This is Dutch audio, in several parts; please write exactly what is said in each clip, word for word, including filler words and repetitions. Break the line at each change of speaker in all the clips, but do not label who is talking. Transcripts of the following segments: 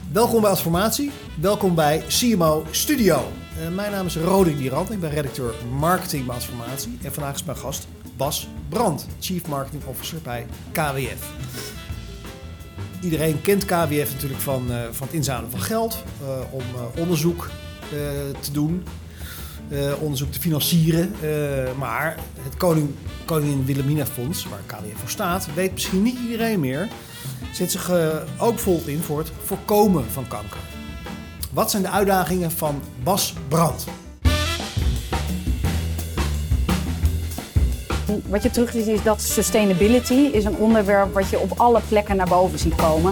Welkom bij Adformatie, welkom bij C M O Studio. Uh, mijn naam is Roderick Dirant, ik ben redacteur marketing bij Adformatie. En vandaag is mijn gast Bas Brandt, Chief Marketing Officer bij K W F. Iedereen kent K W F natuurlijk van, uh, van het inzamelen van geld, uh, om uh, onderzoek uh, te doen, uh, onderzoek te financieren. Uh, maar het Koning, Koningin Wilhelmina Fonds, waar K W F voor staat, weet misschien niet iedereen meer, zet zich uh, ook bijvoorbeeld in voor het voorkomen van kanker. Wat zijn de uitdagingen van Bas Brandt?
Wat je terug ziet is dat sustainability is een onderwerp wat je op alle plekken naar boven ziet komen.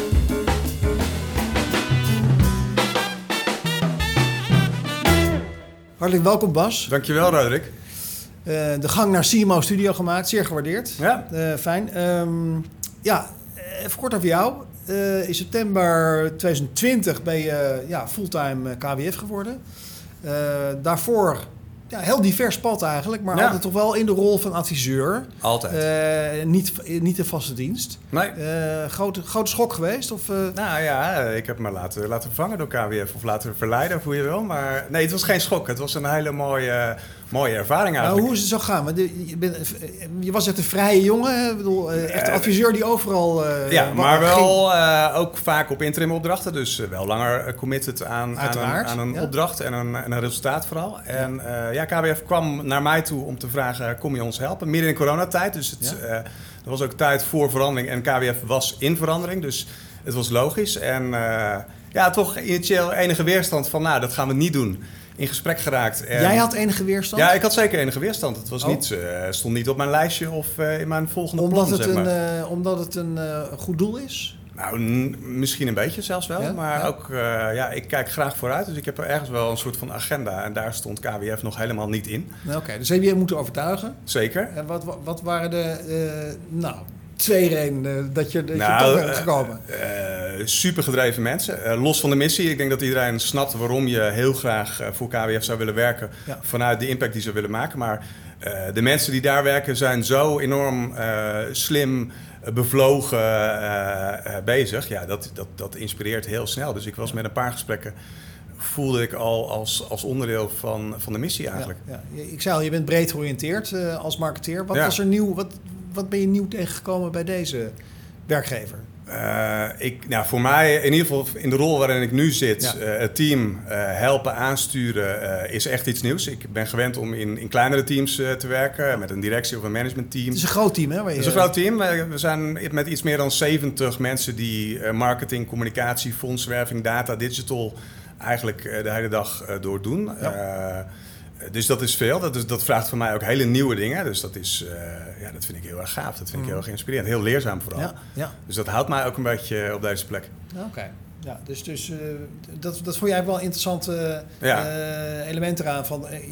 Hartelijk welkom Bas.
Dankjewel Roderick.
Uh, de gang naar C M O Studio gemaakt, zeer gewaardeerd.
Ja.
Uh, fijn. Um, ja, even kort over jou. Uh, in september twintig twintig ben je uh, ja, fulltime K W F geworden. Uh, daarvoor ja, heel divers pad eigenlijk, maar
ja.
altijd toch wel in de rol van adviseur.
Altijd.
Uh, niet, niet de vaste dienst.
Nee.
Uh, grote, grote schok geweest? Of, uh...
Nou ja, ik heb me laten, laten vervangen door K W F of laten verleiden, of hoe je wil. Maar nee, het was geen schok. Het was een hele mooie, mooie ervaring eigenlijk.
Nou, hoe is het zo gegaan? Want je, bent, je was echt een vrije jongen. Ik bedoel, echt een adviseur die overal... Uh,
ja, maar wel uh, ook vaak op interim opdrachten. Dus uh, wel langer committed aan, aan een, aan een ja. opdracht en een, en een resultaat vooral. En uh, ja, K W F kwam naar mij toe om te vragen, kom je ons helpen? Midden in coronatijd, dus het, ja. uh, er was ook tijd voor verandering. En K W F was in verandering, dus het was logisch. En uh, ja, toch initieel enige weerstand van, nou, dat gaan we niet doen. In gesprek geraakt. En
jij had enige weerstand?
Ja, ik had zeker enige weerstand. Het was
oh.
niet, uh, stond niet op mijn lijstje of uh, in mijn volgende
omdat
plan,
het
zeg maar.
een, uh, omdat het een uh, goed doel is?
Nou, n- misschien een beetje zelfs wel. Ja? Maar ja. ook, uh, ja, ik kijk graag vooruit. Dus ik heb er ergens wel een soort van agenda. En daar stond K W F nog helemaal niet in.
Oké, okay, dus heb je je moeten overtuigen?
Zeker.
En wat, wat, wat waren de... Uh, nou... twee redenen dat je, dat
nou,
je toch bent gekomen?
Uh, uh, super gedreven mensen. Uh, los van de missie. Ik denk dat iedereen snapt waarom je heel graag uh, voor K W F zou willen werken. Ja. Vanuit de impact die ze willen maken. Maar uh, de mensen die daar werken zijn zo enorm uh, slim, bevlogen uh, uh, bezig. Ja, dat, dat, dat inspireert heel snel. Dus ik was met een paar gesprekken... voelde ik al als, als onderdeel van, van de missie eigenlijk.
Ja, ja. Ik zei al, je bent breed georiënteerd uh, als marketeer. Wat
ja.
was er nieuw? Wat, wat ben je nieuw tegengekomen bij deze werkgever?
Uh, ik, nou, voor mij, in ieder geval in de rol waarin ik nu zit, ja. uh, het team uh, helpen, aansturen, uh, is echt iets nieuws. Ik ben gewend om in, in kleinere teams uh, te werken, met een directie of een managementteam.
Het is een groot team, hè? Waar je...
Het is een groot team. We zijn met iets meer dan zeventig mensen die uh, marketing, communicatie, fondswerving, data, digital eigenlijk uh, de hele dag uh, door doen. Ja. Uh, Dus dat is veel. Dat, is, dat vraagt van mij ook hele nieuwe dingen. Dus dat, is, uh, ja, dat vind ik heel erg gaaf. Dat vind ik heel erg inspirerend. Heel leerzaam vooral. Ja, ja. Dus dat houdt mij ook een beetje op deze plek.
Oké. Okay. Ja, dus dus uh, dat, dat vond jij wel interessante uh, ja. uh, elementen eraan van... Uh,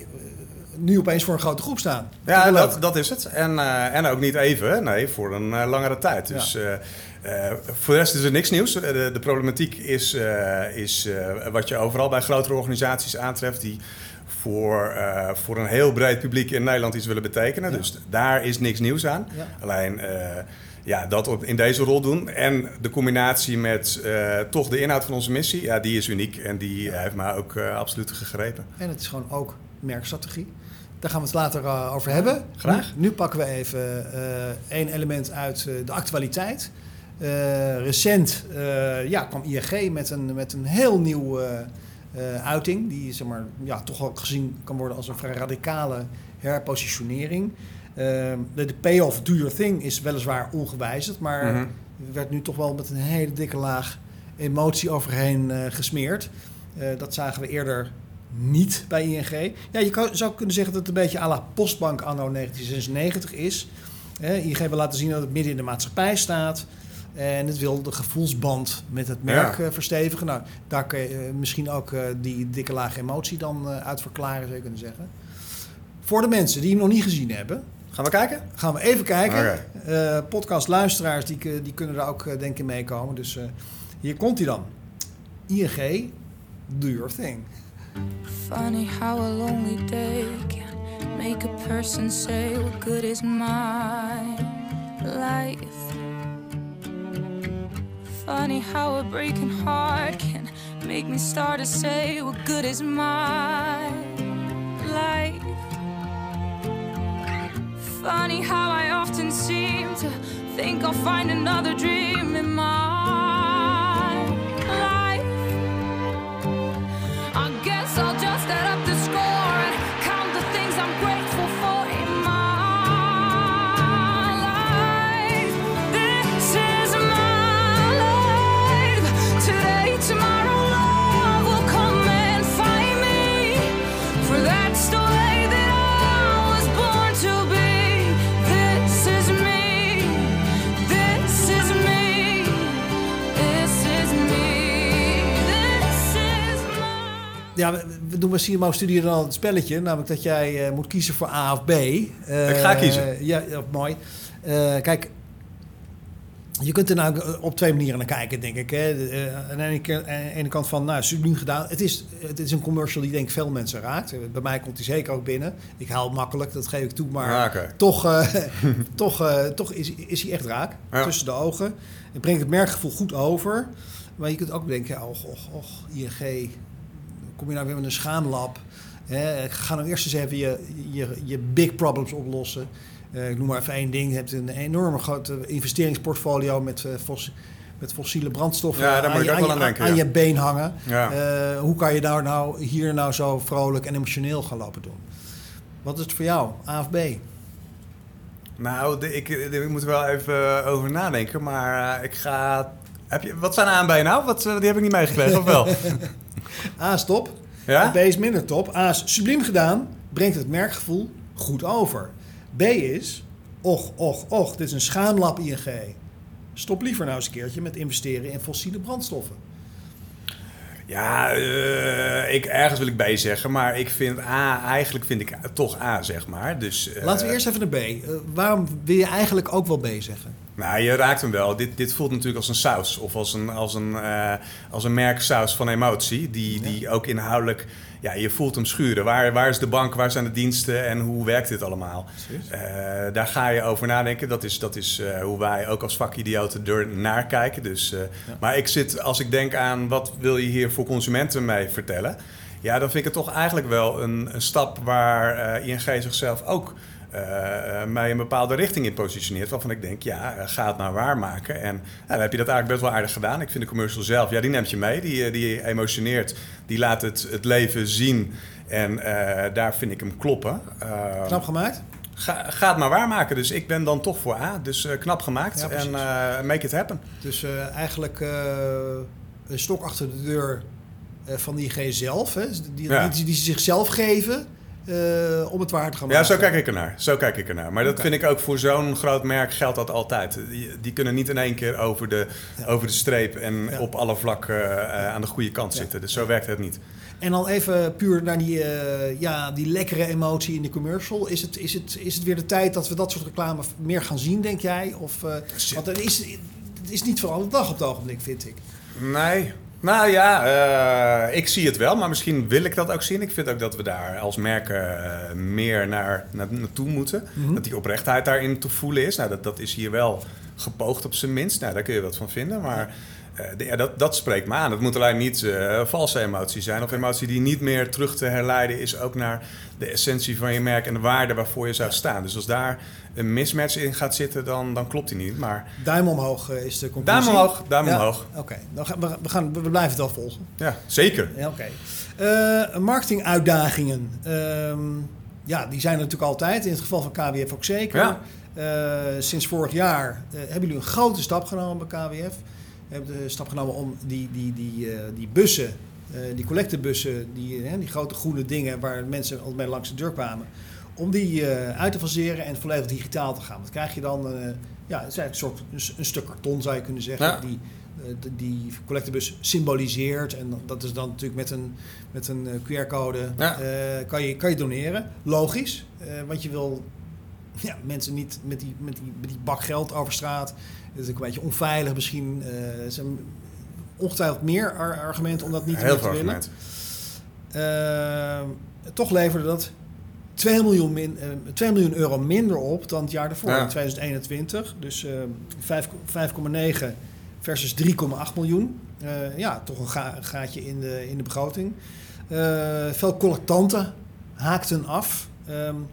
nu opeens voor een grote groep staan.
Ja, dat, dat is het. En, uh, en ook niet even. Nee, voor een uh, langere tijd. Dus... Ja. Uh, Uh, voor de rest is er niks nieuws. De, de problematiek is, uh, is uh, wat je overal bij grotere organisaties aantreft... die voor, uh, voor een heel breed publiek in Nederland iets willen betekenen. Ja. Dus daar is niks nieuws aan. Ja. Alleen uh, ja, dat op, in deze rol doen. En de combinatie met uh, toch de inhoud van onze missie... Ja, die is uniek en die ja. heeft mij ook uh, absoluut gegrepen.
En het is gewoon ook merkstrategie. Daar gaan we het later uh, over hebben.
Graag.
Nu, nu pakken we even uh, één element uit uh, de actualiteit... Uh, recent uh, ja, kwam I N G met een, met een heel nieuw uh, uh, uiting... die zeg maar, ja, toch ook gezien kan worden als een vrij radicale herpositionering. Uh, de, de payoff do your thing is weliswaar ongewijzigd... maar mm-hmm. werd nu toch wel met een hele dikke laag emotie overheen uh, gesmeerd. Uh, dat zagen we eerder niet bij I N G. Ja, je kan, zou kunnen zeggen dat het een beetje à la Postbank anno negentien zesennegentig is. Uh, I N G wil laten zien dat het midden in de maatschappij staat... En het wil de gevoelsband met het merk ja. uh, verstevigen. Nou, daar kun je uh, misschien ook uh, die dikke laag emotie dan uh, uit verklaren, zou je kunnen zeggen. Voor de mensen die hem nog niet gezien hebben...
Gaan we kijken?
Gaan we even kijken.
Okay.
Uh, podcastluisteraars, die, die kunnen daar ook uh, denk ik meekomen. Dus uh, hier komt hij dan. I N G, do your thing.
Funny how a lonely day can make a person say what good is my life. Funny how a breaking heart make me start to say, what good is my life? Funny how I often seem to think I'll find another dream in my life. I guess I'll just add up the score and count the things I'm grateful for in my life. This is my life. Today, tomorrow, love will come and find me. For that's the way that I was born to be. This is me. This is me. This is me. This is my...
Ja, we, we doen bij C M O Studio dan het spelletje. Namelijk dat jij uh, moet kiezen voor A of B. Uh,
Ik ga kiezen.
Ja, ja, mooi. Uh, kijk, je kunt er nou op twee manieren naar kijken, denk ik. Hè. Uh, aan de ene, keer, aan de ene kant van, nou, subliem gedaan. Het is, het is een commercial die denk ik veel mensen raakt. Bij mij komt hij zeker ook binnen. Ik haal makkelijk, dat geef ik toe. Maar
Ah, okay.
toch, uh, toch, uh, toch is, is hij echt raak.
Ja. Tussen
de ogen. Het brengt het merkgevoel goed over. Maar je kunt ook denken, och, och, och, I N G... Kom je nou weer met een schaamlab? Hè? Ga nou eerst eens even je, je, je big problems oplossen. Uh, ik noem maar even één ding. Je hebt een enorme grote investeringsportfolio met, uh, fos, met fossiele brandstoffen
ja, daar moet
aan,
ik ook
je,
wel
aan,
aan, denken,
aan
ja.
je been hangen.
Ja.
Uh, hoe kan je nou, nou hier nou zo vrolijk en emotioneel gaan lopen doen? Wat is het voor jou? A of B?
Nou, de, ik, de, ik moet er wel even over nadenken. Maar uh, ik ga... Heb je, wat zijn A en B nou? Wat, die heb ik niet meegekregen, of wel?
A is top.
Ja?
B is minder top. A is subliem gedaan. Brengt het merkgevoel goed over. B is... Och, och, och. Dit is een schaamlab I N G. Stop liever nou eens een keertje met investeren in fossiele brandstoffen.
Ja, uh, ik, ergens wil ik B zeggen, maar ik vind A, eigenlijk vind ik toch A, zeg maar. Dus, uh,
Laten we eerst even naar B. Uh, waarom wil je eigenlijk ook wel B zeggen?
Nou, je raakt hem wel. Dit, dit voelt natuurlijk als een saus of als een, als een, uh, als een merksaus van emotie, die, ja. die ook inhoudelijk... Ja, je voelt hem schuren. Waar, waar is de bank, waar zijn de diensten en hoe werkt dit allemaal? Uh, daar ga je over nadenken. Dat is, dat is uh, hoe wij ook als vakidioten er naar kijken. Dus, uh, ja. Maar ik zit, als ik denk aan wat wil je hier voor consumenten mee vertellen... Ja, dan vind ik het toch eigenlijk wel een, een stap waar uh, I N G zichzelf ook... Uh, mij een bepaalde richting in positioneert, waarvan ik denk, ja, uh, ga het nou waarmaken. En uh, dan heb je dat eigenlijk best wel aardig gedaan. Ik vind de commercial zelf, ja, die neemt je mee, die, die emotioneert, die laat het, het leven zien. En uh, daar vind ik hem kloppen. Uh,
knap gemaakt?
Ga, ga het maar waarmaken. Dus ik ben dan toch voor A. Dus uh, knap gemaakt ja, en uh, make it happen.
Dus uh, eigenlijk uh, een stok achter de deur uh, van die I N G zelf, hè? Die, ja. die, die ze zichzelf geven... Uh, om het waar te gaan maken.
Ja, zo kijk ik ernaar. Zo kijk ik ernaar. Maar dat okay. vind ik ook voor zo'n groot merk geldt dat altijd. Die, die kunnen niet in één keer over de, ja. over de streep en ja. op alle vlakken uh, aan de goede kant ja. zitten. Dus zo werkt het niet. En dan even puur naar die, uh, ja, die lekkere emotie in de commercial. Is het, is, het, is het weer de tijd dat we dat soort reclame meer gaan zien, denk jij? Of, uh, want het is, het is niet voor alle dag op het ogenblik, vind ik. Nee. Nou ja, uh, ik zie het wel, maar misschien wil ik dat ook zien. Ik vind ook dat we daar als merken uh, meer naar, naar, naartoe moeten. Mm-hmm. Dat die oprechtheid daarin te voelen is. Nou, dat, dat is hier wel gepoogd op zijn minst. Nou, daar kun je wat van vinden, maar uh, de, ja, dat, dat spreekt me aan. Het moet alleen niet uh, valse emotie zijn. Of emotie die niet meer terug te herleiden is ook naar de essentie van je merk en de waarde waarvoor je zou staan. Dus als daar een mismatch in gaat zitten, dan, dan klopt die niet. Maar
duim omhoog uh, is de conclusie.
Duim omhoog, duim
ja?
omhoog.
Oké, okay. Dan gaan we, we, gaan, we blijven het wel volgen.
Ja, zeker.
Ja, Oké. Okay. Uh, marketinguitdagingen. Uh, ja, die zijn er natuurlijk altijd. In het geval van K W F ook zeker.
Ja.
Uh, sinds vorig jaar uh, hebben jullie een grote stap genomen bij K W F. We hebben de stap genomen om die, die, die, uh, die bussen, uh, die collectebussen, die, uh, die grote groene dingen waar mensen altijd mee langs de deur kwamen, om die uh, uit te faseren en volledig digitaal te gaan. Wat krijg je dan? Uh, ja, het is eigenlijk een soort een, een stuk karton, zou je kunnen zeggen, ja. die, uh, die, die collectebus symboliseert. En dat is dan natuurlijk met een, met een uh, Q R-code ja. uh, kan, je, kan je doneren. Logisch, uh, want je wil ja, mensen niet met die, met, die, met die bak geld over straat. Dat is ook een beetje onveilig misschien. Uh, er zijn ongetwijfeld meer argumenten om dat niet
Heel
te willen. Uh, toch leverde dat twee miljoen, min, uh, twee miljoen euro minder op dan het jaar daarvoor, ja. in twintig eenentwintig. Dus uh, vijf komma negen versus drie komma acht miljoen. Uh, ja, toch een ga- gaatje in de, in de begroting. Uh, veel collectanten haakten af. Um,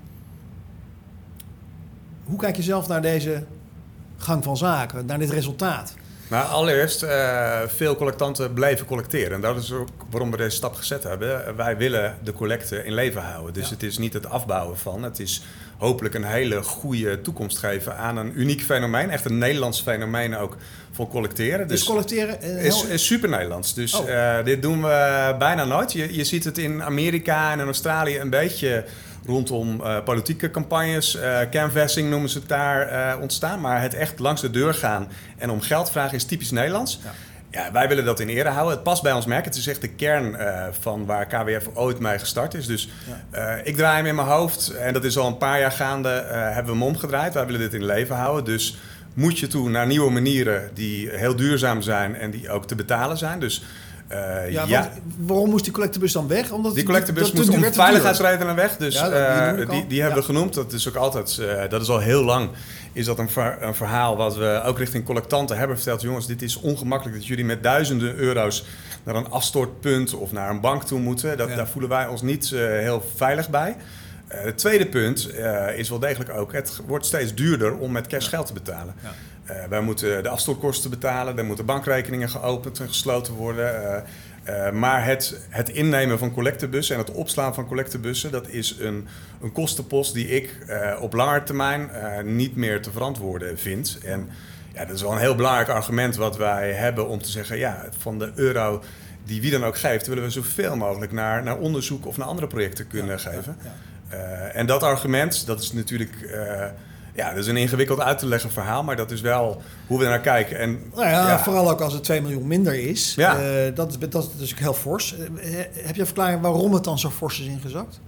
hoe kijk je zelf naar deze gang van zaken, naar dit resultaat?
Nou, allereerst, uh, veel collectanten blijven collecteren. En dat is ook waarom we deze stap gezet hebben. Wij willen de collecte in leven houden. Dus ja. Het is niet het afbouwen van. Het is hopelijk een hele goede toekomst geven aan een uniek fenomeen. Echt een Nederlands fenomeen ook voor collecteren.
Dus,
dus
collecteren uh,
is, is super Nederlands. Dus
oh.
uh, dit doen we bijna nooit. Je, je ziet het in Amerika en in Australië een beetje rondom uh, politieke campagnes. Uh, canvassing noemen ze het daar uh, ontstaan. Maar het echt langs de deur gaan en om geld vragen is typisch Nederlands. Ja. Ja, wij willen dat in ere houden. Het past bij ons merk. Het is echt de kern uh, van waar K W F ooit mee gestart is. Dus ja. uh, ik draai hem in mijn hoofd. En dat is al een paar jaar gaande. Uh, hebben we hem omgedraaid. Wij willen dit in leven houden. Dus moet je toe naar nieuwe manieren die heel duurzaam zijn en die ook te betalen zijn. Dus Uh,
ja,
ja.
Want waarom moest die collectebus dan weg? Omdat
die collectebus moest om veiligheidsredenen weg. Dus
ja,
die, uh, die, die hebben ja. we genoemd. Dat is ook altijd, uh, dat is al heel lang, is dat een, ver, een verhaal wat we ook richting collectanten hebben verteld. Jongens, dit is ongemakkelijk dat jullie met duizenden euro's naar een afstortpunt of naar een bank toe moeten. Dat, ja. Daar voelen wij ons niet uh, heel veilig bij. Uh, het tweede punt uh, is wel degelijk ook, het wordt steeds duurder om met cash geld te betalen. Ja. Uh, wij moeten de afstortkosten betalen, er moeten bankrekeningen geopend en gesloten worden. Uh, uh, maar het, het innemen van collectebussen en het opslaan van collectebussen, dat is een, een kostenpost die ik uh, op lange termijn uh, niet meer te verantwoorden vind. En ja, dat is wel een heel belangrijk argument wat wij hebben om te zeggen, ja, van de euro die wie dan ook geeft, willen we zoveel mogelijk naar, naar onderzoek of naar andere projecten kunnen ja, geven. Ja, ja. Uh, en dat argument, dat is natuurlijk Uh, Ja, dat is een ingewikkeld uit te leggen verhaal, maar dat is wel hoe we naar kijken. En,
nou ja, ja. Vooral ook als het twee miljoen minder is.
Ja.
Uh, dat, is dat is natuurlijk heel fors. Uh, heb je een verklaring waarom het dan zo fors is ingezakt?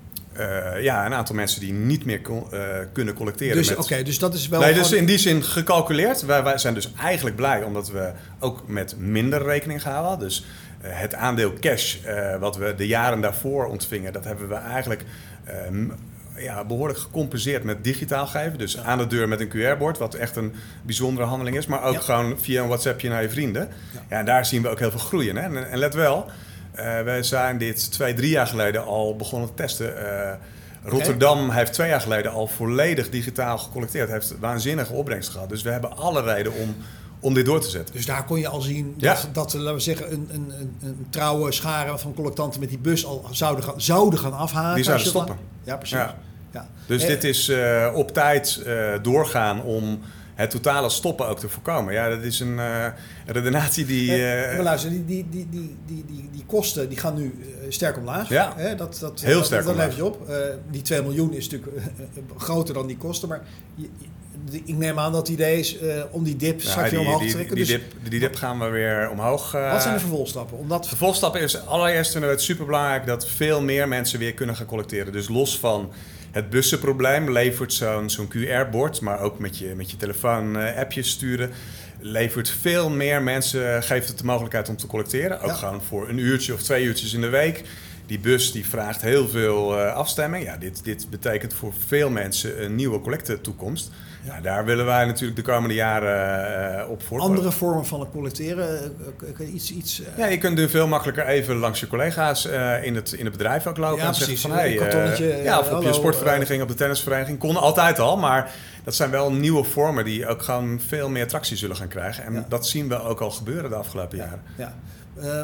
Uh, ja, een aantal mensen die niet meer con, uh, kunnen collecteren.
Dus,
met...
Oké, okay, dus dat is wel...
Nee,
gewoon...
dus in die zin gecalculeerd. Wij, wij zijn dus eigenlijk blij omdat we ook met minder rekening gaan houden. Dus uh, het aandeel cash uh, wat we de jaren daarvoor ontvingen, dat hebben we eigenlijk Uh, Ja, behoorlijk gecompenseerd met digitaal geven. Dus ja. aan de deur met een Q R-bord, wat echt een bijzondere handeling is. Maar ook ja. gewoon via een WhatsAppje naar je vrienden. Ja. Ja, en daar zien we ook heel veel groeien. Hè? En, en let wel, uh, wij zijn dit twee, drie jaar geleden al begonnen te testen. Uh, Rotterdam okay. heeft twee jaar geleden al volledig digitaal gecollecteerd. Heeft waanzinnige opbrengst gehad. Dus we hebben alle reden om, om dit door te zetten.
Dus daar kon je al zien dat, ja. dat laten we zeggen, een, een, een, een trouwe schare van collectanten met die bus al zouden gaan, zouden gaan afhaken.
Die zouden stoppen.
Ja, precies. Ja. Ja.
Dus eh, dit is uh, op tijd uh, doorgaan om het totale stoppen ook te voorkomen. Ja, dat is een uh, redenatie die... Uh,
maar luister, die, die, die, die, die, die, die kosten die gaan nu uh, sterk omlaag.
Ja,
Hè, dat, dat,
heel
dat,
sterk
dat, dat
omlaag.
leef je op. Uh, die twee miljoen is natuurlijk uh, groter dan die kosten. Maar je, je, ik neem aan dat het idee is uh, om die dip straks ja, weer omhoog te trekken.
Die, die,
dus,
dip, die dip gaan we weer omhoog. Uh,
wat zijn de vervolgstappen? Omdat...
De vervolgstappen is allereerst vinden we het superbelangrijk dat veel meer mensen weer kunnen gaan collecteren. Dus los van het bussenprobleem levert zo'n, zo'n Q R-bord, maar ook met je, met je telefoon uh, appjes sturen, levert veel meer mensen, geeft het de mogelijkheid om te collecteren. Ook ja. gewoon voor een uurtje of twee uurtjes in de week. Die bus die vraagt heel veel uh, afstemming. Ja, dit, dit betekent voor veel mensen een nieuwe collectetoekomst. Ja. Ja, daar willen wij natuurlijk de komende jaren uh, op voor.
Andere vormen van het collecteren? Uh, iets, iets, uh...
Ja, je kunt nu veel makkelijker even langs je collega's uh, in, het, in het bedrijf ook lopen.
Ja,
en
precies.
Zeggen van, hey, uh, ja, of op hallo, je sportvereniging, uh, op de tennisvereniging. Kon altijd al, maar dat zijn wel nieuwe vormen die ook gewoon veel meer tractie zullen gaan krijgen. En ja. dat zien we ook al gebeuren de afgelopen
ja.
jaren.
Ja. Uh,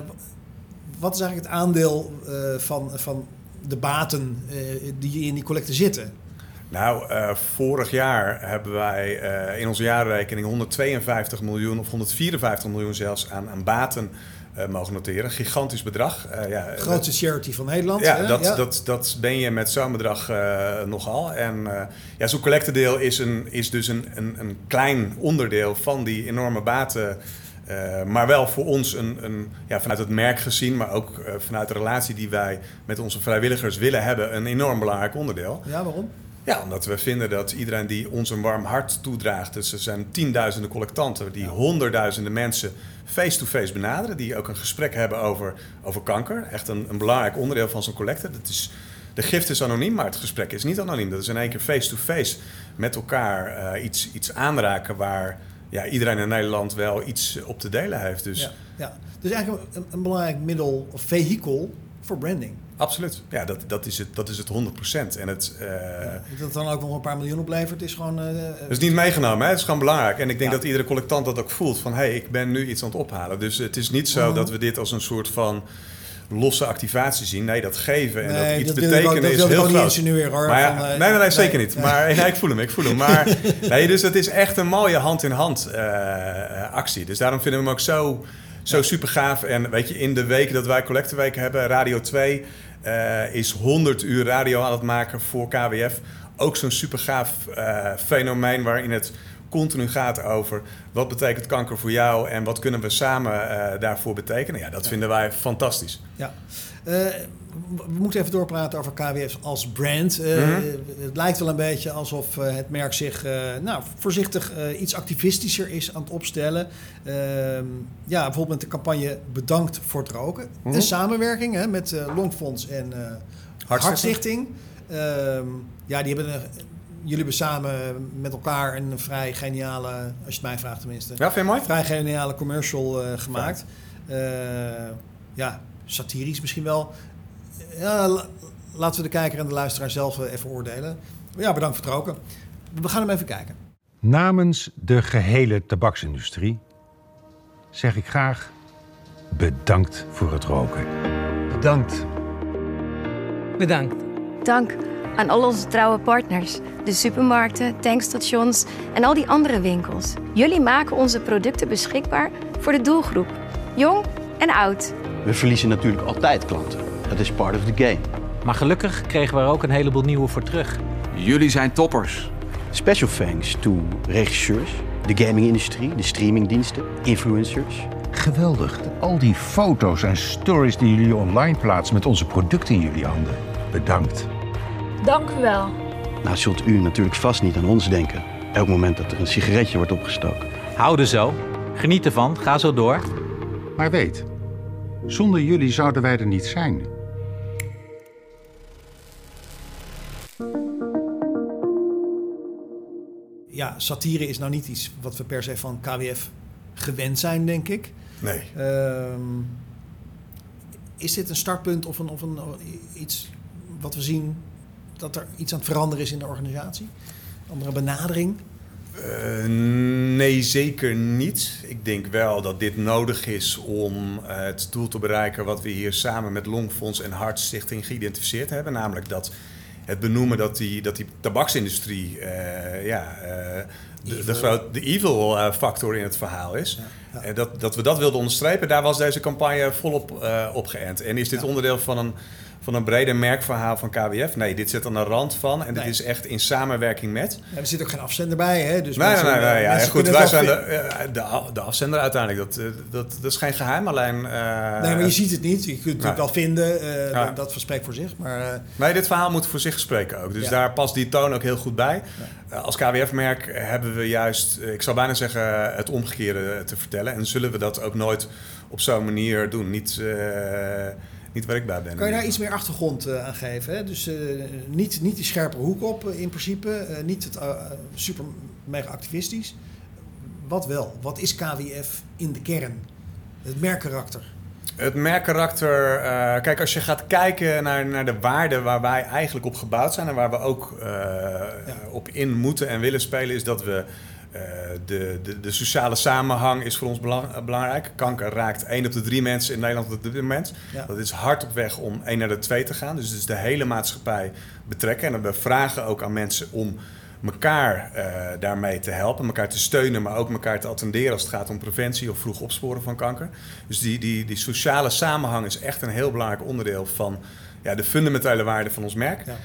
wat is eigenlijk het aandeel uh, van, van de baten uh, die in die collecte zitten?
Nou, uh, vorig jaar hebben wij uh, in onze jaarrekening honderdtweeënvijftig miljoen of honderdvierenvijftig miljoen zelfs aan, aan baten uh, mogen noteren. Een gigantisch bedrag. Uh, ja,
de grootste charity van Nederland.
Ja,
hè?
dat,
ja.
Dat, dat ben je met zo'n bedrag uh, nogal. En uh, ja, zo'n collectedeel is, een, is dus een, een, een klein onderdeel van die enorme baten. Uh, maar wel voor ons een, een, ja, vanuit het merk gezien, maar ook uh, vanuit de relatie die wij met onze vrijwilligers willen hebben, een enorm belangrijk onderdeel.
Ja, waarom?
Ja, omdat we vinden dat iedereen die ons een warm hart toedraagt, dus er zijn tienduizenden collectanten die honderdduizenden mensen face-to-face benaderen, die ook een gesprek hebben over, over kanker. Echt een, een belangrijk onderdeel van zo'n collecte. Dat is, de gift is anoniem, maar het gesprek is niet anoniem. Dat is in één keer face-to-face met elkaar uh, iets, iets aanraken waar ja, iedereen in Nederland wel iets op te delen heeft. Dus.
Ja, ja. Dus eigenlijk een, een belangrijk middel of vehikel voor branding.
Absoluut. Ja, dat, dat, is het, dat is het honderd procent. En het, uh,
ja, dat het dan ook nog een paar miljoen oplevert, is gewoon... Uh,
het is niet meegenomen, hè? Het is gewoon belangrijk. En ik denk
ja.
dat iedere collectant dat ook voelt. Van, hé, hey, ik ben nu iets aan het ophalen. Dus het is niet zo uh-huh. dat we dit als een soort van losse activatie zien. Nee, dat geven en
nee,
dat iets
dat
betekenen
dat
is
heel
groot.
Dat wil ik niet insinueren, hoor.
Maar ja,
van, uh,
nee, nee, nee, zeker
nee,
niet.
Nee.
Maar nee, ik voel hem, ik voel hem. Maar nee, dus het is echt een mooie hand-in-hand uh, actie. Dus daarom vinden we hem ook zo, zo super gaaf. En weet je, in de weken dat wij Collecteweek hebben, Radio twee... Uh, is honderd uur radio aan het maken voor K W F. Ook zo'n super gaaf uh, fenomeen waarin het continu gaat over wat betekent kanker voor jou en wat kunnen we samen uh, daarvoor betekenen. Ja, dat ja. vinden wij fantastisch.
Ja. Uh, we moeten even doorpraten over K W F als brand. Uh,
mm-hmm.
Het lijkt wel een beetje alsof uh, het merk zich uh, nou, voorzichtig uh, iets activistischer is aan het opstellen. Uh, ja, bijvoorbeeld met de campagne Bedankt voor het roken. Mm-hmm. Een samenwerking hè, met uh, Longfonds en uh, Hartstichting. Uh, ja, die hebben... Uh, jullie hebben samen met elkaar een vrij geniale, als je het mij vraagt tenminste...
Ja, vind je mooi?
Vrij geniale commercial uh, gemaakt. Uh, ja, satirisch misschien wel. Ja, la, laten we de kijker en de luisteraar zelf even oordelen. Ja, bedankt voor het roken. We gaan hem even kijken.
Namens de gehele tabaksindustrie zeg ik graag bedankt voor het roken. Bedankt.
Bedankt.
Dank aan al onze trouwe partners. De supermarkten, tankstations en al die andere winkels. Jullie maken onze producten beschikbaar voor de doelgroep. Jong en oud.
We verliezen natuurlijk altijd klanten. Dat is part of the game.
Maar gelukkig kregen we er ook een heleboel nieuwe voor terug.
Jullie zijn toppers.
Special thanks to regisseurs, de gamingindustrie, de streamingdiensten, influencers.
Geweldig. Al die foto's en stories die jullie online plaatsen met onze producten in jullie handen. Bedankt.
Dank u wel.
Nou zult u natuurlijk vast niet aan ons denken. Elk moment dat er een sigaretje wordt opgestoken.
Houden zo. Geniet ervan. Ga zo door.
Maar weet, zonder jullie zouden wij er niet zijn.
Ja, satire is nou niet iets wat we per se van K W F gewend zijn, denk ik.
Nee.
Um, is dit een startpunt of, een, of een, iets wat we zien dat er iets aan het veranderen is in de organisatie? Andere benadering?
Uh, nee, zeker niet. Ik denk wel dat dit nodig is om uh, het doel te bereiken wat we hier samen met Longfonds en Hartstichting geïdentificeerd hebben. Namelijk dat het benoemen dat die, dat die tabaksindustrie uh, ja, uh, de, de, groot, de evil uh, factor in het verhaal is. Ja, ja. Uh, dat, dat we dat wilden onderstrepen, daar was deze campagne volop uh, op geënt. En is dit ja. onderdeel van een... van een breder merkverhaal van K W F. Nee, dit zit aan de rand van. En dit nee. is echt in samenwerking met.
Ja, er zit ook geen afzender bij, hè? Dus
nee,
mensen,
nee, nee. nee ja,
ja,
goed, wij zijn de, de, de afzender uiteindelijk. Dat, dat, dat is geen geheim, alleen... Uh,
nee, maar je ziet het niet. Je kunt het nee. natuurlijk wel vinden. Uh,
ja.
Dat verspreekt voor zich. Maar, uh,
nee, dit verhaal moet voor zich spreken ook. Dus ja. daar past die toon ook heel goed bij. Ja. Uh, als K W F-merk hebben we juist... Uh, ik zou bijna zeggen het omgekeerde te vertellen. En zullen we dat ook nooit op zo'n manier doen. Niet... Uh, Niet waar ik bij ben.
Kan je daar iets meer achtergrond uh, aan geven? Hè? Dus uh, niet, niet die scherpe hoek op uh, in principe. Uh, niet het uh, super mega activistisch. Wat wel? Wat is K W F in de kern? Het merkkarakter.
Het merkkarakter... Uh, kijk, als je gaat kijken naar, naar de waarden waar wij eigenlijk op gebouwd zijn... en waar we ook uh, ja. op in moeten en willen spelen... is dat we... Uh, de, de, de sociale samenhang is voor ons belang, belangrijk. Kanker raakt één op de drie mensen in Nederland op dit moment. Ja. Dat is hard op weg om één naar de twee te gaan. Dus het is de hele maatschappij betrekken. En we vragen ook aan mensen om elkaar uh, daarmee te helpen. Elkaar te steunen, maar ook elkaar te attenderen als het gaat om preventie of vroeg opsporen van kanker. Dus die, die, die sociale samenhang is echt een heel belangrijk onderdeel van ja, de fundamentele waarden van ons merk. Ja.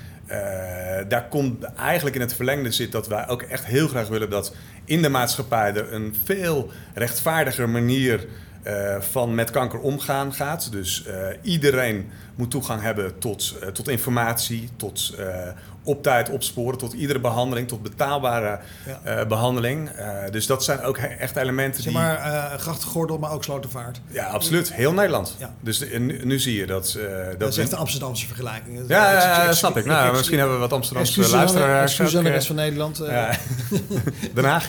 Uh, daar komt eigenlijk in het verlengde zit dat wij ook echt heel graag willen dat in de maatschappij er een veel rechtvaardiger manier uh, van met kanker omgaan gaat. Dus uh, iedereen moet toegang hebben tot, uh, tot informatie, tot uh, op tijd opsporen tot iedere behandeling, tot betaalbare
Ja.
uh, behandeling. Uh, dus dat zijn ook he- echt elementen
Zeg
die...
maar uh, grachtengordel, maar ook Slotervaart.
Ja, absoluut. Heel Nederland.
Ja.
Dus de, nu, nu zie je dat... Uh, dat,
Dat is
we-
echt een Amsterdamse vergelijking.
Ja, ja, ja,
Ex-
dat
ex-
snap ik. Nou,
ex-
misschien hebben we wat Amsterdamse
Excuses aan de-
luisteraars.
excuses aan de
ook,
rest
uh,
van Nederland. Uh.
Ja. Den Haag.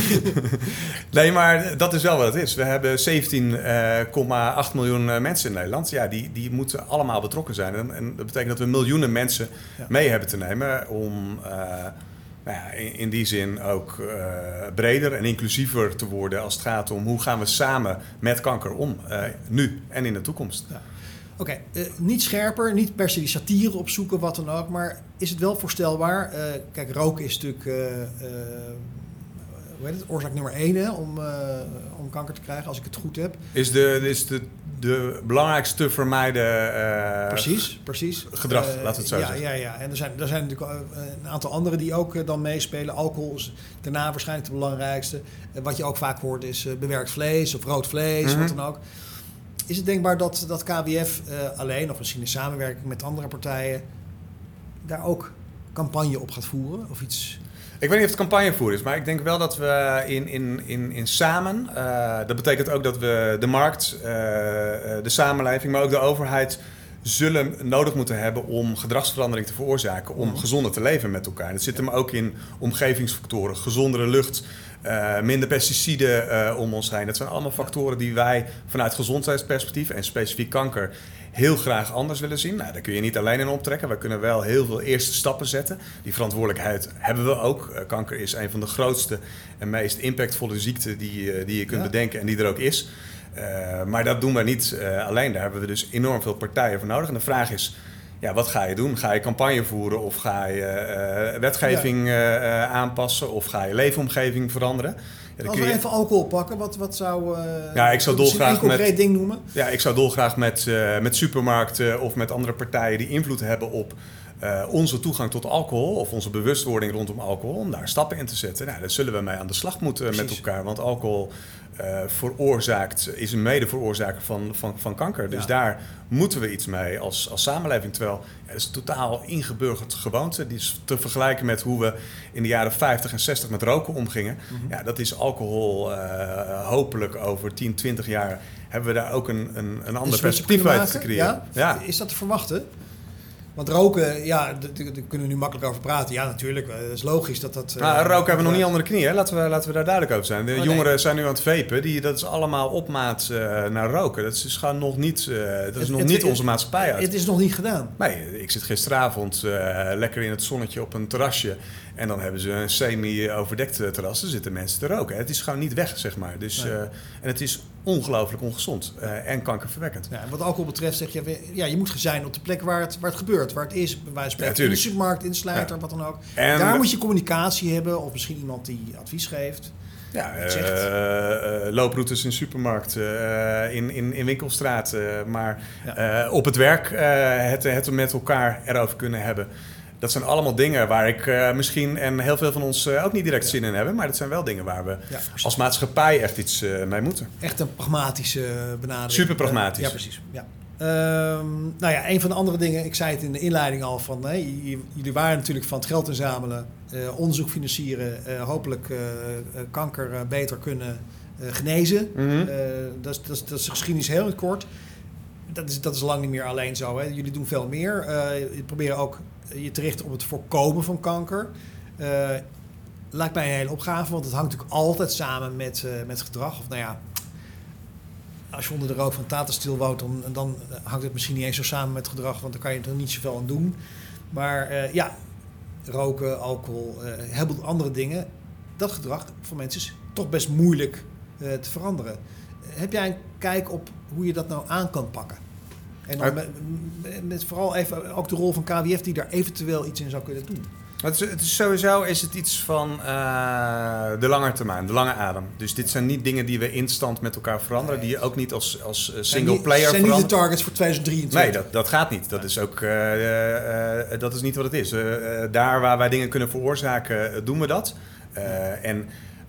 Nee, maar dat is wel wat het is. We hebben zeventien komma acht miljoen uh, mensen in Nederland. Ja, die, die moeten allemaal betrokken zijn. En, en dat betekent dat we miljoenen mensen
Ja.
mee hebben te nemen om... Uh, nou ja, in, in die zin ook uh, breder en inclusiever te worden als het gaat om hoe gaan we samen met kanker om, uh, nu en in de toekomst.
Ja. Oké, okay, uh, niet scherper, niet per se die satire opzoeken, wat dan ook, maar is het wel voorstelbaar? Uh, kijk, roken is natuurlijk uh, uh, hoe heet het, oorzaak nummer één hè, om, uh, om kanker te krijgen, als ik het goed heb.
Is de, is de, de belangrijkste te vermijden uh,
precies, precies.
gedrag,
uh,
laten we het zo
ja,
zeggen.
Ja, ja, en er zijn, er zijn natuurlijk uh, een aantal anderen die ook uh, dan meespelen. Alcohol is daarna waarschijnlijk de belangrijkste. Uh, wat je ook vaak hoort is uh, bewerkt vlees of rood vlees,
Mm-hmm.
wat dan ook. Is het denkbaar dat, dat K W F uh, alleen, of misschien in samenwerking met andere partijen, daar ook campagne op gaat voeren? Of iets?
Ik weet niet of het campagnevoer is, maar ik denk wel dat we in, in, in, in samen... Uh, dat betekent ook dat we de markt, uh, de samenleving, maar ook de overheid... zullen nodig moeten hebben om gedragsverandering te veroorzaken... om gezonder te leven met elkaar. Dat zit hem ook in omgevingsfactoren, gezondere lucht... Uh, minder pesticiden uh, om ons heen. Dat zijn allemaal factoren die wij vanuit gezondheidsperspectief... en specifiek kanker heel graag anders willen zien. Nou, daar kun je niet alleen in optrekken. We kunnen wel heel veel eerste stappen zetten. Die verantwoordelijkheid hebben we ook. Uh, kanker is een van de grootste en meest impactvolle ziekten die, uh, die je kunt ja. bedenken en die er ook is. Uh, maar dat doen we niet uh, alleen. Daar hebben we dus enorm veel partijen voor nodig. En de vraag is, ja, wat ga je doen? Ga je campagne voeren of ga je uh, wetgeving ja. uh, aanpassen of ga je leefomgeving veranderen?
Ja, als we je... even alcohol pakken, wat, wat zou... Uh,
ja, ik zou dolgraag
een concreet
met,
ding noemen?
Ja, ik zou dolgraag met, uh, met supermarkten of met andere partijen die invloed hebben op uh, onze toegang tot alcohol of onze bewustwording rondom alcohol, om daar stappen in te zetten. Nou, daar zullen we mee aan de slag moeten Precies. met elkaar, want alcohol uh, veroorzaakt, is een mede veroorzaker van, van, van kanker. Dus ja. daar moeten we iets mee als, als samenleving. Terwijl ja, het is een totaal ingeburgerd gewoonte. Die is te vergelijken met hoe we in de jaren vijftig en zestig met roken omgingen. Mm-hmm. Ja, dat is alcohol uh, hopelijk over tien, twintig jaar hebben we daar ook een, een, een ander perspectief bij te creëren.
Ja?
Ja.
Is dat te verwachten? Want roken, ja, daar kunnen we nu makkelijk over praten. Ja, natuurlijk, dat is logisch dat dat...
Nou, roken uh, hebben we nog niet onder de knie, hè? Laten we, laten we daar duidelijk over zijn. De
oh,
jongeren
nee.
zijn nu aan het vapen, die, dat is allemaal opmaat uh, naar roken. Dat is gewoon nog niet, uh, dat is het, nog het, niet het, onze maatschappij uit.
Het is nog niet gedaan.
Nee, ik zit gisteravond uh, lekker in het zonnetje op een terrasje. En dan hebben ze een semi-overdekt terras. Er zitten mensen te roken. Het is gewoon niet weg, zeg maar. Dus, nee. uh, en het is ongelooflijk ongezond uh, en kankerverwekkend.
Ja, wat alcohol betreft zeg je, ja, je moet zijn op de plek waar het, waar het gebeurt. Waar het is, bij wijze van spreken, ja, in de supermarkt, in de slijter, ja. wat dan ook. En daar moet je communicatie hebben of misschien iemand die advies geeft.
Ja, uh, uh, looproutes in supermarkten, uh, in, in, in winkelstraat. Uh, maar ja. uh, op het werk uh, het, het met elkaar erover kunnen hebben. Dat zijn allemaal dingen waar ik uh, misschien en heel veel van ons uh, ook niet direct zin in hebben. Maar dat zijn wel dingen waar we ja, als maatschappij echt iets uh, mee moeten.
Echt een pragmatische benadering.
Super pragmatisch.
Uh, ja, precies. Ja. Um, nou ja, een van de andere dingen, ik zei het in de inleiding al, van hey, jullie waren natuurlijk van het geld inzamelen, uh, onderzoek financieren, uh, hopelijk uh, kanker uh, beter kunnen uh, genezen.
Mm-hmm.
Uh, dat, is, dat, is, dat is de geschiedenis heel kort. Dat is, dat is lang niet meer alleen zo. Hè. Jullie doen veel meer. Uh, je proberen ook je te richten op het voorkomen van kanker. Uh, lijkt mij een hele opgave, want het hangt natuurlijk altijd samen met, uh, met gedrag. Of nou ja, als je onder de rook van Tata Steel woont, dan, dan hangt het misschien niet eens zo samen met gedrag, want dan kan je er niet zoveel aan doen. Maar uh, ja, roken, alcohol, uh, heel veel andere dingen. Dat gedrag van mensen is toch best moeilijk uh, te veranderen. Heb jij een kijk op hoe je dat nou aan kan pakken? En dan met, met vooral even ook de rol van K W F die daar eventueel iets in zou kunnen doen.
Het is, het is sowieso is het iets van uh, de lange termijn, de lange adem. Dus dit zijn niet dingen die we instant met elkaar veranderen, nee. die je ook niet als, als single player veranderen.
Het zijn niet de targets voor twintig drieëntwintig.
Nee, dat, dat gaat niet. Dat is ook uh, uh, uh, dat is niet wat het is. Uh, uh, daar waar wij dingen kunnen veroorzaken, uh, doen we dat. Uh, en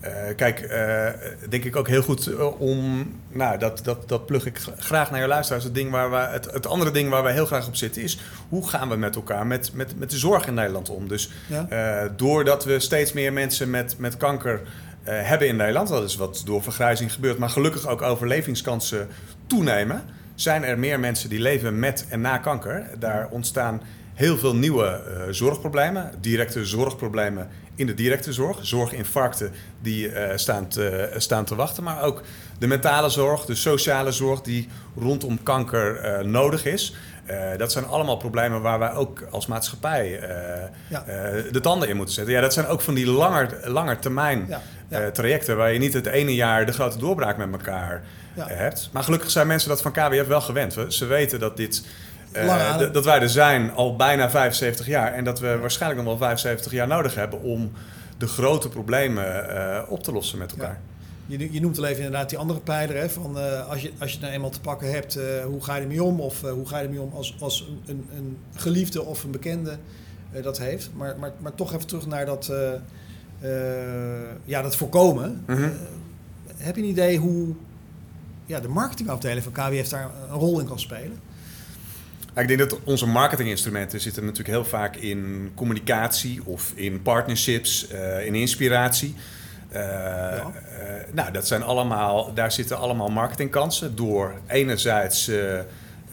Uh, kijk, uh, denk ik ook heel goed uh, om... Nou, dat, dat, dat plug ik graag naar je luisteraars. Het, ding waar we, het, het andere ding waar wij heel graag op zitten is... hoe gaan we met elkaar met, met, met de zorg in Nederland om? Dus ja. uh, doordat we steeds meer mensen met, met kanker... Uh, hebben in Nederland, dat is wat door vergrijzing gebeurt... maar gelukkig ook overlevingskansen toenemen... zijn er meer mensen die leven met en na kanker. Daar ontstaan heel veel nieuwe uh, zorgproblemen. Directe zorgproblemen in de directe zorg. Zorginfarcten die uh, staan, te, uh, staan te wachten. Maar ook de mentale zorg, de sociale zorg die rondom kanker uh, nodig is... Uh, dat zijn allemaal problemen waar wij ook als maatschappij uh, ja. uh, de tanden in moeten zetten. Ja, dat zijn ook van die langer, langer termijn ja. Ja. Uh, trajecten... waar je niet het ene jaar de grote doorbraak met elkaar ja. uh, hebt. Maar gelukkig zijn mensen dat van K W F wel gewend. Ze weten dat, dit, uh, d- dat wij er zijn al bijna vijfenzeventig jaar... en dat we waarschijnlijk nog wel vijfenzeventig jaar nodig hebben... om de grote problemen uh, op te lossen met elkaar.
Ja. Je, je noemt al even inderdaad die andere pijler. Hè, van, uh, als, je, als je het nou eenmaal te pakken hebt, uh, hoe ga je ermee om? Of uh, hoe ga je ermee om als, als een, een geliefde of een bekende uh, dat heeft? Maar, maar, maar toch even terug naar dat, uh, uh, ja, dat voorkomen. Mm-hmm. Uh, heb je een idee hoe ja, de marketingafdeling van K W F daar een rol in kan spelen?
Ik denk dat onze marketinginstrumenten zitten natuurlijk heel vaak in communicatie... of in partnerships, uh, in inspiratie... Uh, ja. uh, nou, dat zijn allemaal, daar zitten allemaal marketingkansen door enerzijds uh, uh,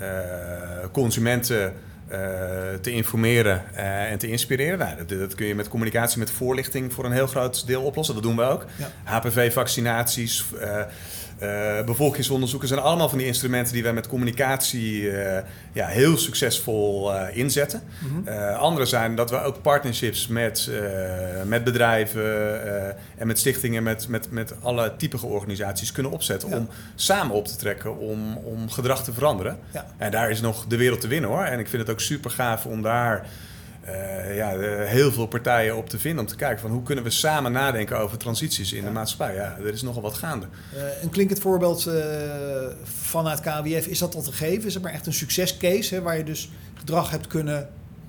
consumenten uh, te informeren uh, en te inspireren. Nou, dat, dat kun je met communicatie, met voorlichting voor een heel groot deel oplossen. Dat doen we ook. Ja. H P V-vaccinaties, uh, uh, bevolkingsonderzoeken zijn allemaal van die instrumenten die wij met communicatie uh, ja, heel succesvol uh, inzetten. Mm-hmm. Uh, andere zijn dat we ook partnerships met, uh, met bedrijven uh, en met stichtingen, met, met, met alle typige organisaties kunnen opzetten ja. om samen op te trekken, om, om gedrag te veranderen. Ja. En daar is nog de wereld te winnen hoor. En ik vind het ook super gaaf om daar Uh, ja, uh, heel veel partijen op te vinden om te kijken van hoe kunnen we samen nadenken over transities in ja. de maatschappij. Ja, er is nogal wat gaande.
Uh, een klinkend voorbeeld uh, vanuit K W F, is dat al te geven? Is het maar echt een succescase hè, waar je dus gedrag hebt kunnen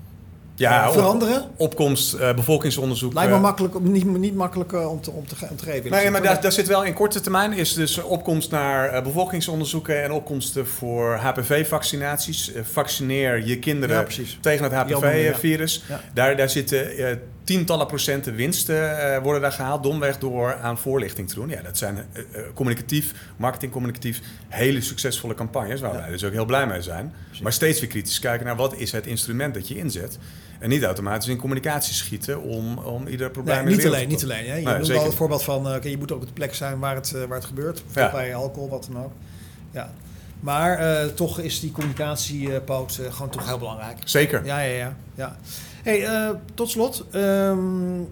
ja,
uh, veranderen?
Op, opkomst, uh, bevolkingsonderzoek.
Lijkt me makkelijk, niet, niet makkelijk uh, om, te, om, te, om te geven.
Nee, maar daar, daar zit wel in korte termijn is dus opkomst naar uh, bevolkingsonderzoeken en opkomsten voor H P V-vaccinaties. Uh, vaccineer je kinderen ja, tegen het H P V-virus. Ja. Ja. Daar, daar zitten uh, tientallen procenten winsten uh, worden daar gehaald, domweg door aan voorlichting te doen. Ja, dat zijn uh, communicatief, marketingcommunicatief hele succesvolle campagnes waar ja. wij dus ook heel blij mee zijn. Precies. Maar steeds weer kritisch kijken naar wat is het instrument dat je inzet. En niet automatisch in communicatie schieten om, om ieder probleem
nee,
in de
niet
wereld
alleen,
te
niet alleen. Hè. Je
nee,
noemt al het voorbeeld van, uh, okay, je moet ook op de plek zijn waar het, uh, waar het gebeurt. Ja. Bij alcohol, wat dan ook. Ja. Maar uh, toch is die communicatiepoot uh, gewoon toch heel belangrijk.
Zeker.
Ja, ja, ja. ja. Hey, uh, tot slot. Um,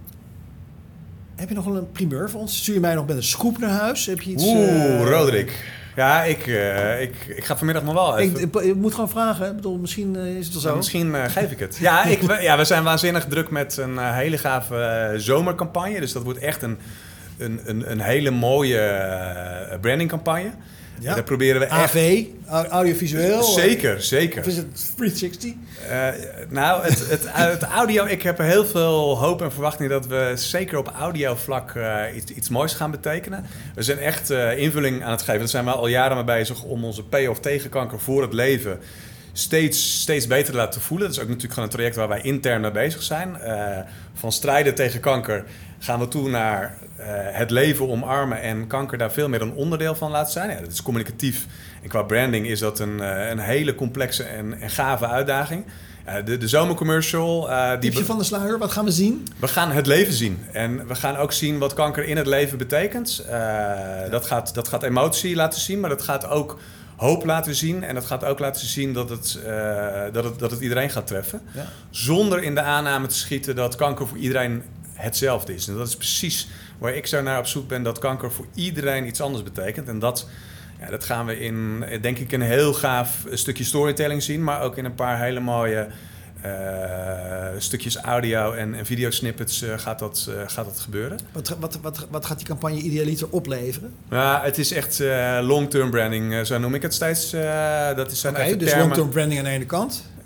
heb je nog een primeur voor ons? Stuur je mij nog met een scoop naar huis? Heb je iets?
Oeh,
uh,
Roderick. Ja, ik, uh, ik, ik ga vanmiddag nog wel even...
Ik, ik, ik moet gewoon vragen. Ik bedoel, misschien uh, is het wel zo.
Ja, misschien uh, geef ik het. Ja, ik, we, ja, we zijn waanzinnig druk met een uh, hele gave uh, zomercampagne. Dus dat wordt echt een, een, een, een hele mooie uh, brandingcampagne. Ja. Daar proberen we
A V,
echt...
audiovisueel?
Zeker, zeker.
Of is het driehonderdzestig?
Uh, nou, het, het, het audio... Ik heb heel veel hoop en verwachting dat we zeker op audiovlak uh, iets, iets moois gaan betekenen. We zijn echt uh, invulling aan het geven. Daar zijn we al jaren mee bezig om onze payoff tegen kanker voor het leven steeds, steeds beter te laten voelen. Dat is ook natuurlijk gewoon een traject waar wij intern mee bezig zijn. Uh, van strijden tegen kanker gaan we toe naar uh, het leven omarmen en kanker daar veel meer een onderdeel van laten zijn. Ja, dat is communicatief. En qua branding is dat een, uh, een hele complexe en, en gave uitdaging. Uh, de, de zomercommercial... Uh, die
Tipje van de sluier, wat gaan we zien?
We gaan het leven zien. En we gaan ook zien wat kanker in het leven betekent. Uh, ja. dat, gaat, dat gaat emotie laten zien, maar dat gaat ook hoop laten zien. En dat gaat ook laten zien dat het, uh, dat het, dat het iedereen gaat treffen. Ja. Zonder in de aanname te schieten dat kanker voor iedereen hetzelfde is. En dat is precies waar ik zo naar op zoek ben, dat kanker voor iedereen iets anders betekent. En dat, ja, dat gaan we in, denk ik, een heel gaaf stukje storytelling zien, maar ook in een paar hele mooie uh, stukjes audio en, en videosnippets uh, gaat, dat, uh, gaat dat gebeuren.
Wat, wat, wat, wat gaat die campagne idealiter opleveren?
Ja, het is echt uh, long-term branding, uh, zo noem ik het steeds. Uh, dat is zijn
Oké, okay, dus long-term branding aan de ene kant.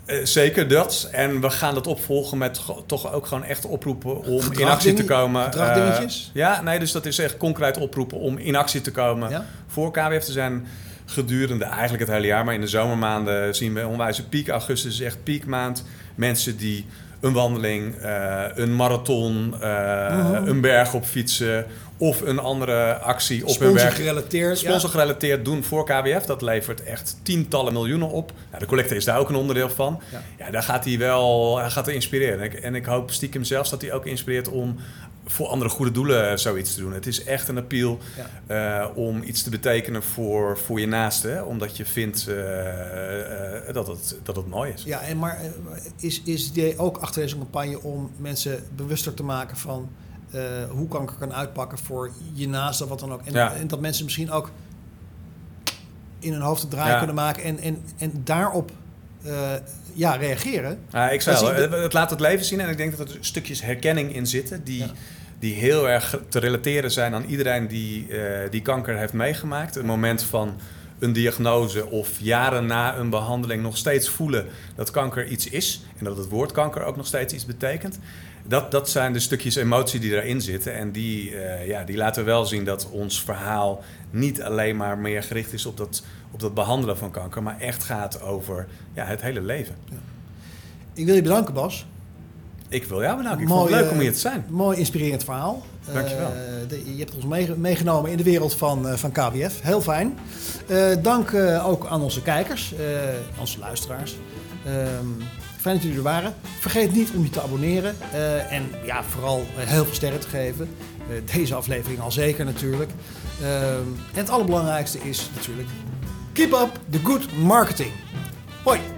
Uh, zeker dat. En we gaan dat opvolgen met go- toch ook gewoon echt oproepen om in actie te komen.
Gedragdingetjes?
Uh, ja, nee, dus dat is echt concreet oproepen om in actie te komen ja? voor K W F. Er zijn gedurende eigenlijk het hele jaar, maar in de zomermaanden zien we onwijze piek. Augustus is echt piekmaand. Mensen die een wandeling, uh, een marathon, uh, uh-huh. een berg op fietsen of een andere actie op hun werk.
Gerelateerd,
Sponsor
ja.
gerelateerd doen voor K W F. Dat levert echt tientallen miljoenen op. Nou, de collecte is daar ook een onderdeel van. Ja, ja daar gaat hij wel hij gaat hij inspireren. En ik, en ik hoop stiekem zelfs dat hij ook inspireert om voor andere goede doelen zoiets te doen. Het is echt een appeal ja. uh, om iets te betekenen voor, voor je naaste. Omdat je vindt uh, uh, dat, het, dat het mooi is.
Ja, en maar is, is het idee ook achter deze campagne om mensen bewuster te maken van uh, hoe kanker kan uitpakken voor je naaste, wat dan ook. En, ja. en dat mensen misschien ook in hun hoofd een draai ja. kunnen maken en, en, en daarop uh, ja, reageren.
Ja, ik zei wel, het laat het leven zien en ik denk dat er stukjes herkenning in zitten die, ja. die heel erg te relateren zijn aan iedereen die, uh, die kanker heeft meegemaakt. Het moment van een diagnose of jaren na een behandeling nog steeds voelen dat kanker iets is en dat het woord kanker ook nog steeds iets betekent. Dat, dat zijn de stukjes emotie die erin zitten en die, uh, ja, die laten wel zien dat ons verhaal niet alleen maar meer gericht is op dat, op dat behandelen van kanker, maar echt gaat over ja, het hele leven. Ja.
Ik wil je bedanken, Bas.
Ik wil jou bedanken. Ik mooi, vond het leuk om hier te zijn.
Mooi inspirerend verhaal.
Dankjewel.
Uh, de, je hebt ons mee, meegenomen in de wereld van, uh, van K W F. Heel fijn. Uh, dank uh, ook aan onze kijkers, uh, onze luisteraars. Uh, fijn dat jullie er waren. Vergeet niet om je te abonneren. Uh, en ja, vooral heel veel sterren te geven. Uh, deze aflevering al zeker natuurlijk. Uh, en het allerbelangrijkste is natuurlijk keep up the good marketing. Hoi!